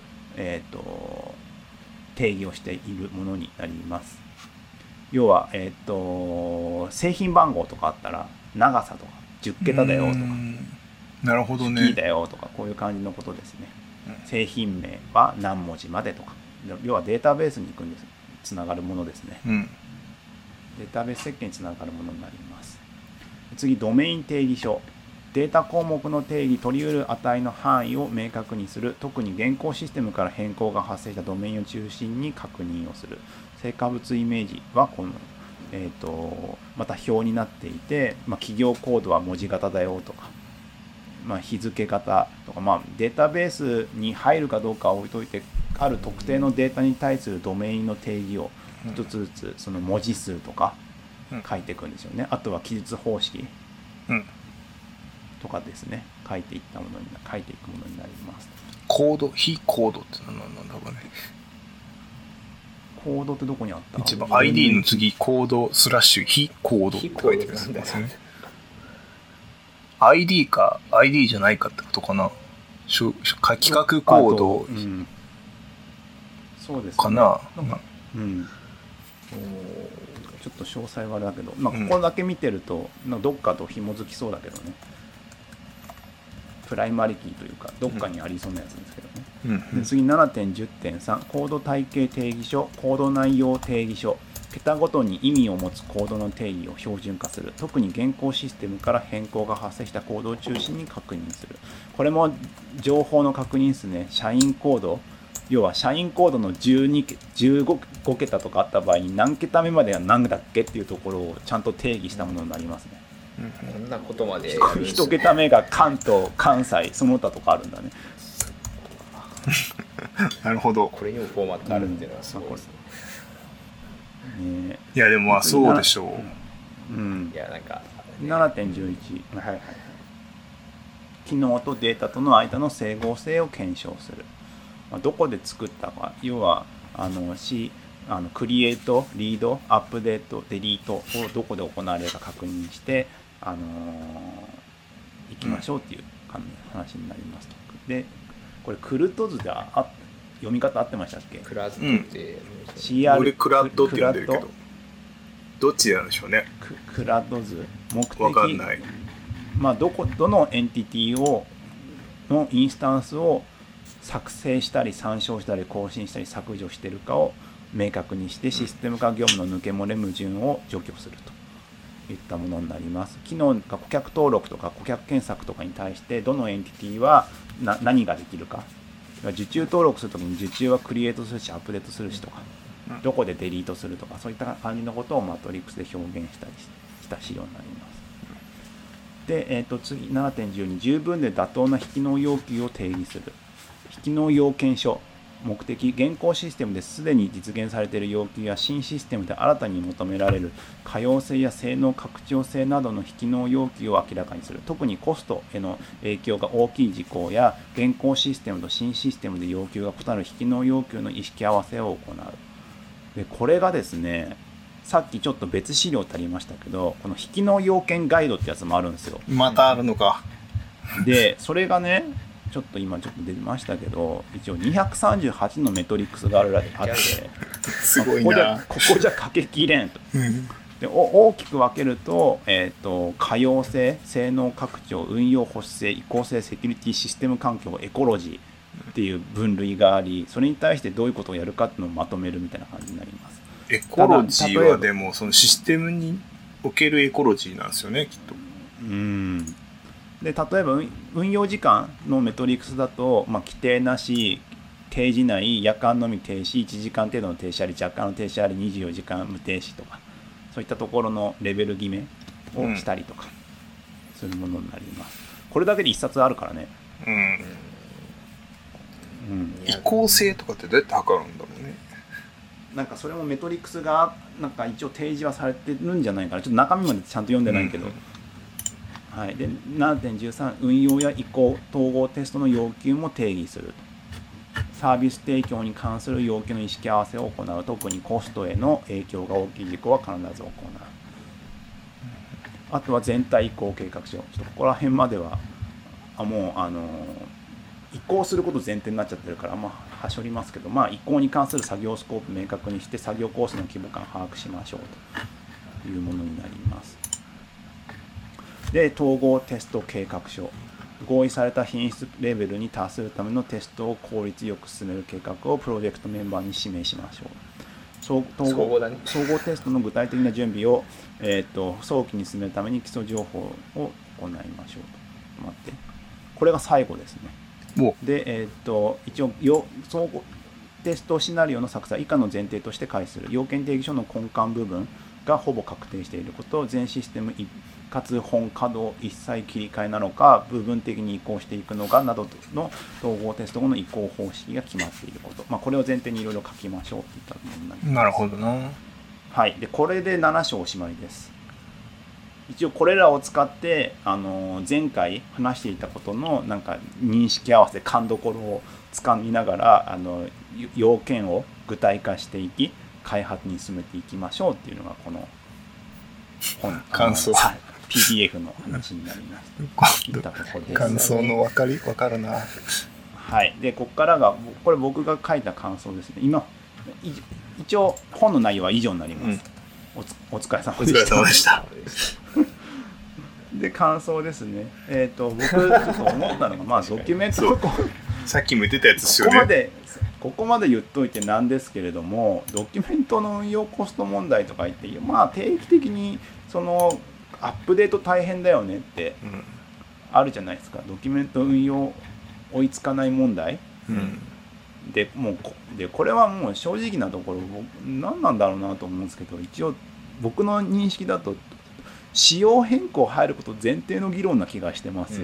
定義をしているものになります。要は、製品番号とかあったら長さとか10桁だよとか、 なるほどね、 キーだよとかこういう感じのことですね。製品名は何文字までとか、要はデータベースに行くんです、つながるものですね。データベース設計につながるものになります。次、ドメイン定義書、データ項目の定義、取り得る値の範囲を明確にする。特に現行システムから変更が発生したドメインを中心に確認をする。成果物イメージはこのまた表になっていて、企業コードは文字型だよとか、日付型とか、データベースに入るかどうかは置いといて、ある特定のデータに対するドメインの定義を一つずつその文字数とか書いていくんですよね。あとは記述方式とかですね、書いていくものになります。 コード、非コードって何なんだろうね。 コードってどこにあった？ 一番 ID の次、コードスラッシュ非コードって書いてますね。ID か ID じゃないかってことかな。企画コード、 そうですかな。 ちょっと詳細はあれだけど、ここだけ見てるとどっかと紐づきそうだけどね。プライマリキーというかどっかにありそうなやつですけどね。で次 7.10.3 コード体系定義書、コード内容定義書、桁ごとに意味を持つコードの定義を標準化する。特に現行システムから変更が発生したコードを中心に確認する。これも情報の確認ですね。社員コード、要は社員コードの15桁とかあった場合に何桁目までは何だっけっていうところをちゃんと定義したものになりますね。 こんなことまで 1桁目が関東、関西、その他とかあるんだね。 なるほど。 これにもフォーマットあるっていうのはすごいですね。いやでもそうでしょう。 いやなんか 7.11、機能とデータとの間の整合性を検証する。どこで作ったか、要はクリエイト、リード、アップデート、デリートをどこで行われるか確認して行きましょうっていう話になります。でこれクルトズで読み方合ってましたっけ？ クラッドって、 俺クラッドって呼んでるけどどっちなんでしょうね。 クラッドズ目的わかんない。 どのエンティティのインスタンスを作成したり参照したり更新したり削除しているかを明確にしてシステム化業務の抜け漏れ矛盾を除去するといったものになります。機能が顧客登録とか顧客検索とかに対してどのエンティティは何ができるか、受注登録するときに受注はクリエイトするしアップデートするしとか、どこでデリートするとか、そういった感じのことをマトリックスで表現した資料になります。で、次 7.12 十分で妥当な非機能要求を定義する。非機能要件書、目的、現行システムですでに実現されている要求や新システムで新たに求められる可用性や性能拡張性などの非機能要求を明らかにする。特にコストへの影響が大きい事項や現行システムと新システムで要求が異なる非機能要求の意識合わせを行う。でこれがですね、さっきちょっと別資料ってありましたけど、この非機能要件ガイドってやつもあるんですよ。 またあるのか。 でそれがね、ちょっと今ちょっと出ましたけど、一応238のメトリックスがあってすごいな。 ここじゃ書けきれんと。で大きく分けると、可用性、性能拡張、運用保守性、移行性、セキュリティ、システム環境、エコロジーっていう分類があり、それに対してどういうことをやるかっていうのをまとめるみたいな感じになります。 エコロジーはでもそのシステムにおけるエコロジーなんですよね、きっと。 で例えば運用時間のメトリックスだと、規定なし、定時内、夜間のみ停止、1時間程度の停止あり、若干の停止あり、24時間無停止とか、そういったところのレベル決めをしたりとかするものになります。これだけで1冊あるからね。 移行性とかってどうやって測るんだろうね。 なんかそれもメトリックスがなんか一応提示はされてるんじゃないかな。ちょっと中身までちゃんと読んでないけど。はい、で 7.13 運用や移行統合テストの要求も定義する。サービス提供に関する要求の意識合わせを行う。特にコストへの影響が大きい事項は必ず行う。あとは全体移行計画書。ちょっとここら辺まではもう移行すること前提になっちゃってるからはしょりますけど、移行に関する作業スコープ明確にして作業コースの規模感を把握しましょうというものになります。で、統合テスト計画書。合意された品質レベルに達するためのテストを効率よく進める計画をプロジェクトメンバーに指名しましょう。総合テストの具体的な準備を、早期に進めるために基礎情報を行いましょうと。待って。これが最後ですね。で、一応総合テストシナリオの作成は以下の前提として開始する。要件定義書の根幹部分がほぼ確定していること、全システム一括本稼働一切切り替えなのか部分的に移行していくのかなどの統合テスト後の移行方式が決まっていること、これを前提にいろいろ書きましょうっていったものになります。 なるほどな。 はい、でこれで7章おしまいです。一応これらを使って前回話していたことのなんか認識合わせ勘どころをつかみながら要件を具体化していき開発に進めていきましょうっていうのがこの本感想、 PDF の話になります。 感想の分かるな。 はい。でここからがこれ僕が書いた感想ですね。一応本の内容は以上になります。お疲れ様でした。 お疲れ様でした。 で感想ですね。僕ちょっと思ったのがドキュメントさっきも言ってたやつですよね。 ここまで言っといてなんですけれども、ドキュメントの運用コスト問題とか言って定期的にそのアップデート大変だよねってあるじゃないですか。ドキュメント運用追いつかない問題、でこれはもう正直なところ何なんだろうなと思うんですけど、一応僕の認識だと仕様変更入ること前提の議論な気がしてます。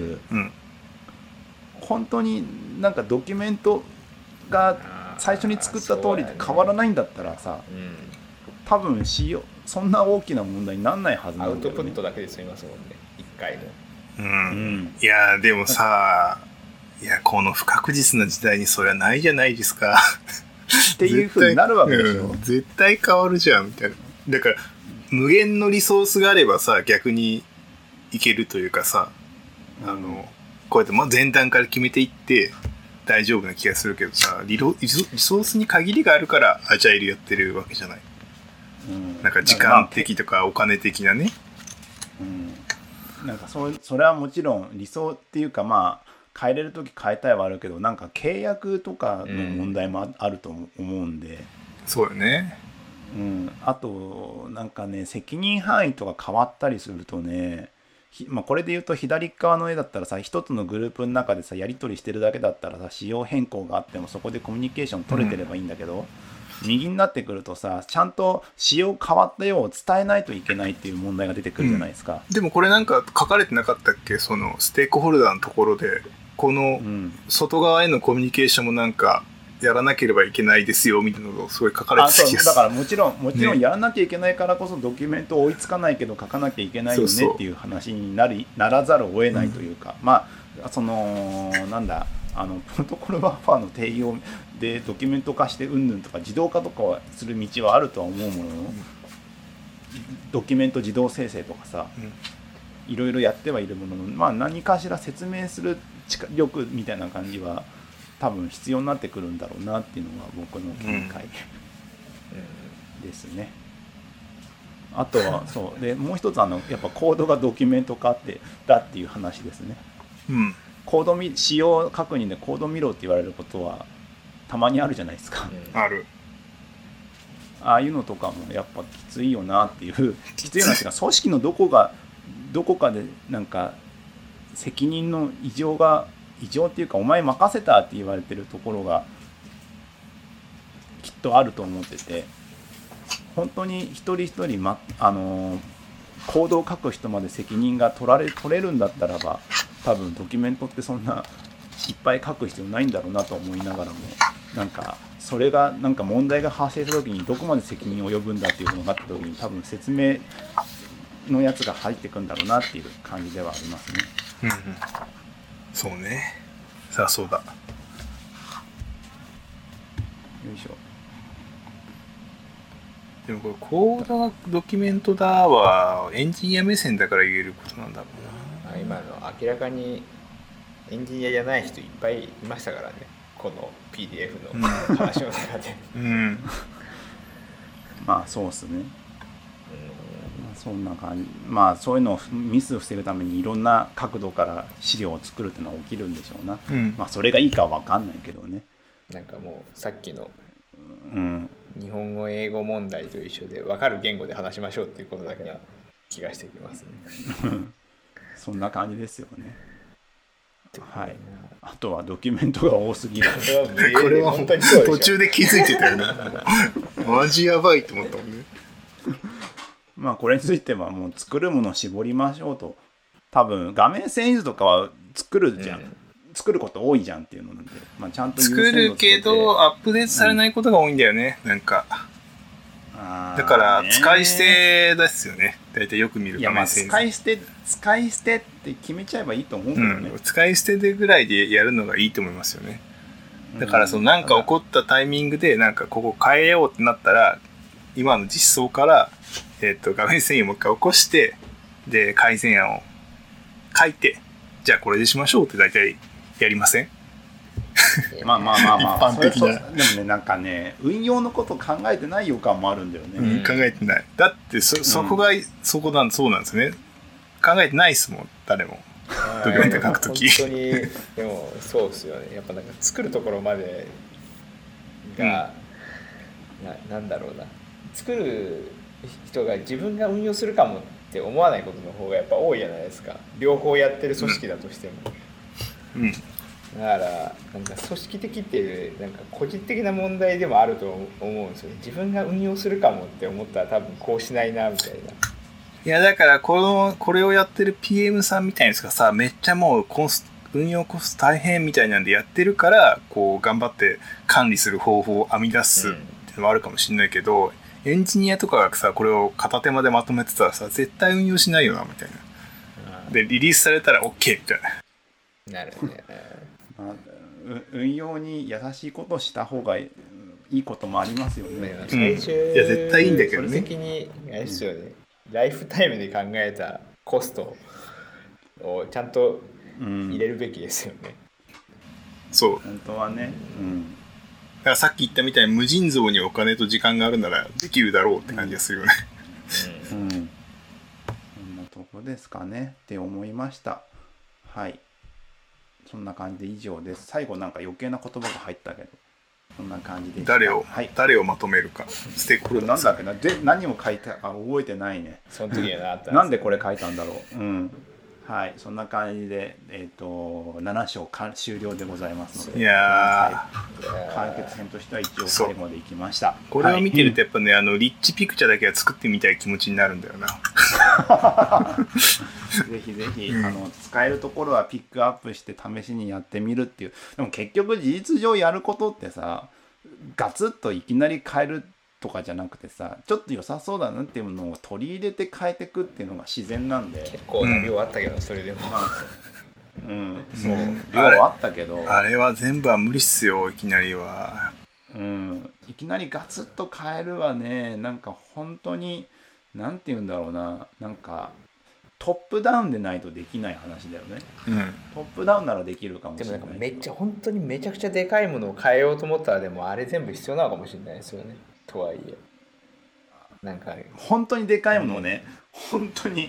本当になんかドキュメントが最初に作った通りで変わらないんだったらさ、多分そんな大きな問題にならないはずなんだよね。 アウトプットだけで済みますもんね、1回の。 いやでもさ、この不確実な時代にそりゃないじゃないですかっていう風になるわけでしょ。 絶対変わるじゃんみたいな。だから無限のリソースがあればさ、逆にいけるというかさ、こうやって前段から決めていって大丈夫な気がするけどさ、リソースに限りがあるからアジャイルやってるわけじゃない。なんか時間的とかお金的なね。 なんかそれはもちろん理想っていうか変えれるとき変えたいはあるけど、なんか契約とかの問題もあると思うんで。 そうよね。 あとなんかね、責任範囲とか変わったりするとね、これで言うと左側の絵だったらさ、一つのグループの中でさやり取りしてるだけだったらさ、仕様変更があってもそこでコミュニケーション取れてればいいんだけど、右になってくるとさ、ちゃんと仕様変わったよう伝えないといけないっていう問題が出てくるじゃないですか。 でもこれなんか書かれてなかったっけ、そのステークホルダーのところでこの外側へのコミュニケーションもなんかやらなければいけないですよみたいなのがすごい書かれてた気がする。 だからもちろんやらなきゃいけないからこそドキュメント追いつかないけど書かなきゃいけないよねっていう話にならざるを得ないというか、そのなんだプロトコルバッファーの定義でドキュメント化してうんぬんとか自動化とかする道はあるとは思うものの、ドキュメント自動生成とかさ、いろいろやってはいるものの、何かしら説明する力みたいな感じは多分必要になってくるんだろうなっていうのが僕の見解ですね。あとはそうで、もう一つやっぱコードがドキュメント化だっていう話ですね。コード使用確認でコード見ろって言われることはたまにあるじゃないですか。 ある。 ああいうのとかもやっぱきついよなっていう、きついよなっていうか、組織のどこかでなんか責任の異常っていうか、お前任せたって言われてるところがきっとあると思ってて、本当に一人一人、コードを書く人まで責任が取れるんだったらば、多分ドキュメントってそんないっぱい書く必要ないんだろうなと思いながらも、なんかそれがなんか問題が発生した時にどこまで責任を及ぶんだっていうのがあった時に、多分説明のやつが入ってくんだろうなっていう感じではありますね。 そうね。さあそうだ。よいしょ。 でもこれコードドキュメントだはエンジニア目線だから言えることなんだろうな。 今の明らかにエンジニアじゃない人いっぱいいましたからね、この PDF の話の中で。 そうですね。そんな感じ。そういうのをミスを防ぐためにいろんな角度から資料を作るっていうのは起きるんでしょうな。それがいいかは分かんないけどね。 なんかもうさっきの日本語英語問題と一緒で分かる言語で話しましょうっていうことだけな気がしてきますね。 そんな感じですよね。はい。あとはドキュメントが多すぎる。 これは本当に途中で気づいてたよね。マジやばいと思ったもんね。 まあこれについてはもう作るものを絞りましょうと。多分画面遷移とかは作るじゃん、作ること多いじゃんっていうのなんで、まあ、ちゃんと作るけどアップデートされないことが多いんだよね、なんかだから使い捨てですよね、大体よく見る画面遷移。 使い捨てって決めちゃえばいいと思うけどね、 使い捨てでぐらいでやるのがいいと思いますよね。だからそのなんか起こったタイミングでなんかここ変えようってなったら、今の実装から、画面遷移をもう一回起こして、で改善案を書いて、じゃあこれでしましょうって大体やりません？ まあ一般的な。 でもね、なんかね、運用のこと考えてない予感もあるんだよね。 考えてない。だってそこが、そうなんですね。考えてないですもん、誰も。ドキュメント書くとき。 本当に、でもそうですよね。やっぱなんか作るところまでが、なんだろうな。作る人が自分が運用するかもって思わないことの方がやっぱ多いじゃないですか。両方やってる組織だとしても。だからなんか組織的っていうなんか個人的な問題でもあると思うんですよね。自分が運用するかもって思ったら多分こうしないなみたいな。 いやだからこれをやってる PM さんみたいなやつがさ、めっちゃもう運用コスト大変みたいなんでやってるから、こう頑張って管理する方法を編み出すっていうのもあるかもしれないけど、エンジニアとかがさこれを片手間でまとめてたらさ、絶対運用しないよなみたいな。でリリースされたら OK みたいな。なるほどね。 運用に優しいことをした方がいいこともありますよね。 いや絶対いいんだけどね。 その時にあれですよね。ライフタイムで考えたコストをちゃんと入れるべきですよね。 そう。 本当はね。 だからさっき言ったみたいに無尽蔵にお金と時間があるならできるだろうって感じがするよね。 そんなとこですかねって思いました。はい。そんな感じで以上です。最後なんか余計な言葉が入ったけど、そんな感じでした。 誰をまとめるか。ステークホルダー。 なんだっけな。何を書いたか覚えてないね。 その時にはなったなんでこれ書いたんだろう。はい、そんな感じで、7章終了でございますので、 いや完結編としては一応最後までいきました。 これを見てるとやっぱね、リッチピクチャーだけは作ってみたい気持ちになるんだよな。 ぜひぜひ、使えるところはピックアップして試しにやってみるっていう。でも結局事実上やることってさ、ガツッといきなり変えるとかじゃなくてさ、ちょっと良さそうだなっていうのを取り入れて変えていくっていうのが自然なんで。 結構な量あったけど、それでもそう量あったけど、 あれは全部は無理っすよ、いきなりは。 いきなりガツッと変えるはね、なんか本当になんて言うんだろうな、なんかトップダウンでないとできない話だよね。トップダウンならできるかもしれない。 でもなんかめっちゃ本当にめちゃくちゃでかいものを変えようと思ったら、でもあれ全部必要なのかもしれないですよね。とはいえ、なんか本当にでかいものをね、本当に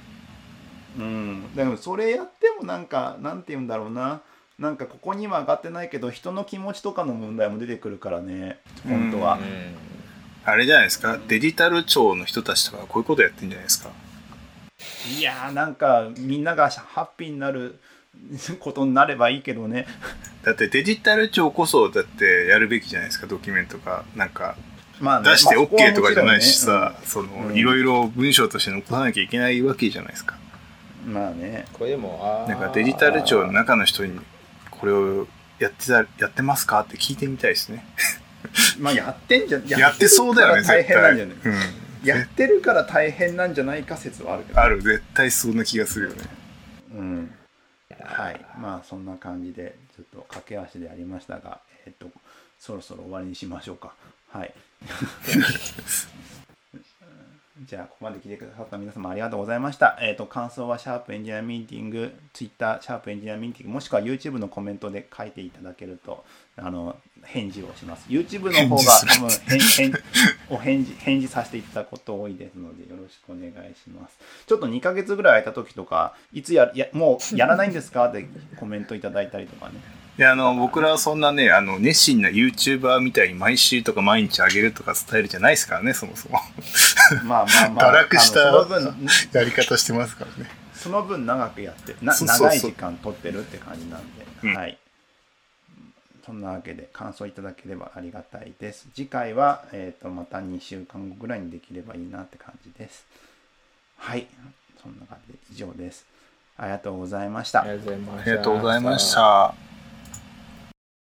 でもそれやってもなんかなんて言うんだろうな、なんかここには上がってないけど人の気持ちとかの問題も出てくるからね、本当は。 あれじゃないですか、デジタル庁の人たちとかこういうことやってるんじゃないですか。 いやー、なんかみんながハッピーになることになればいいけどね。 だってデジタル庁こそだってやるべきじゃないですか、ドキュメントかなんかまあね、 出して OK とかじゃないしさ、いろいろ文章として残さなきゃいけないわけじゃないですか。 まあね、 これでもなんかデジタル庁の中の人にこれをやってますかって聞いてみたいですね。 まあやってそうだよね、 大変なんじゃない、やってるから大変なんじゃないか説はあるけど、 ある、絶対そんな気がするよね。 はい、まあそんな感じでちょっと駆け足でありましたが、そろそろ終わりにしましょうか。はいじゃあここまで聞いてくださった皆様ありがとうございました。感想はシャープエンジニアミーティング、Twitter シャープエンジニアミーティング、もしくは YouTube のコメントで書いていただけると返事をします。YouTube の方が多分返事させていただくこと多いですのでよろしくお願いします。ちょっと2ヶ月ぐらい空いた時とか、いつもうやらないんですかってコメントいただいたりとかね。 で僕らはそんなね熱心な YouTuber みたいに毎週とか毎日あげるとかスタイルじゃないですからね、そもそも。 まあ堕落したやり方してますからね。 その分長くやって長い時間取ってるって感じなんで、はい。 そんなわけで感想いただければありがたいです。次回は、また2週間後ぐらいにできればいいなって感じです。はい、そんな感じで以上です。ありがとうございました。 ありがとうございました。 ありがとうございました。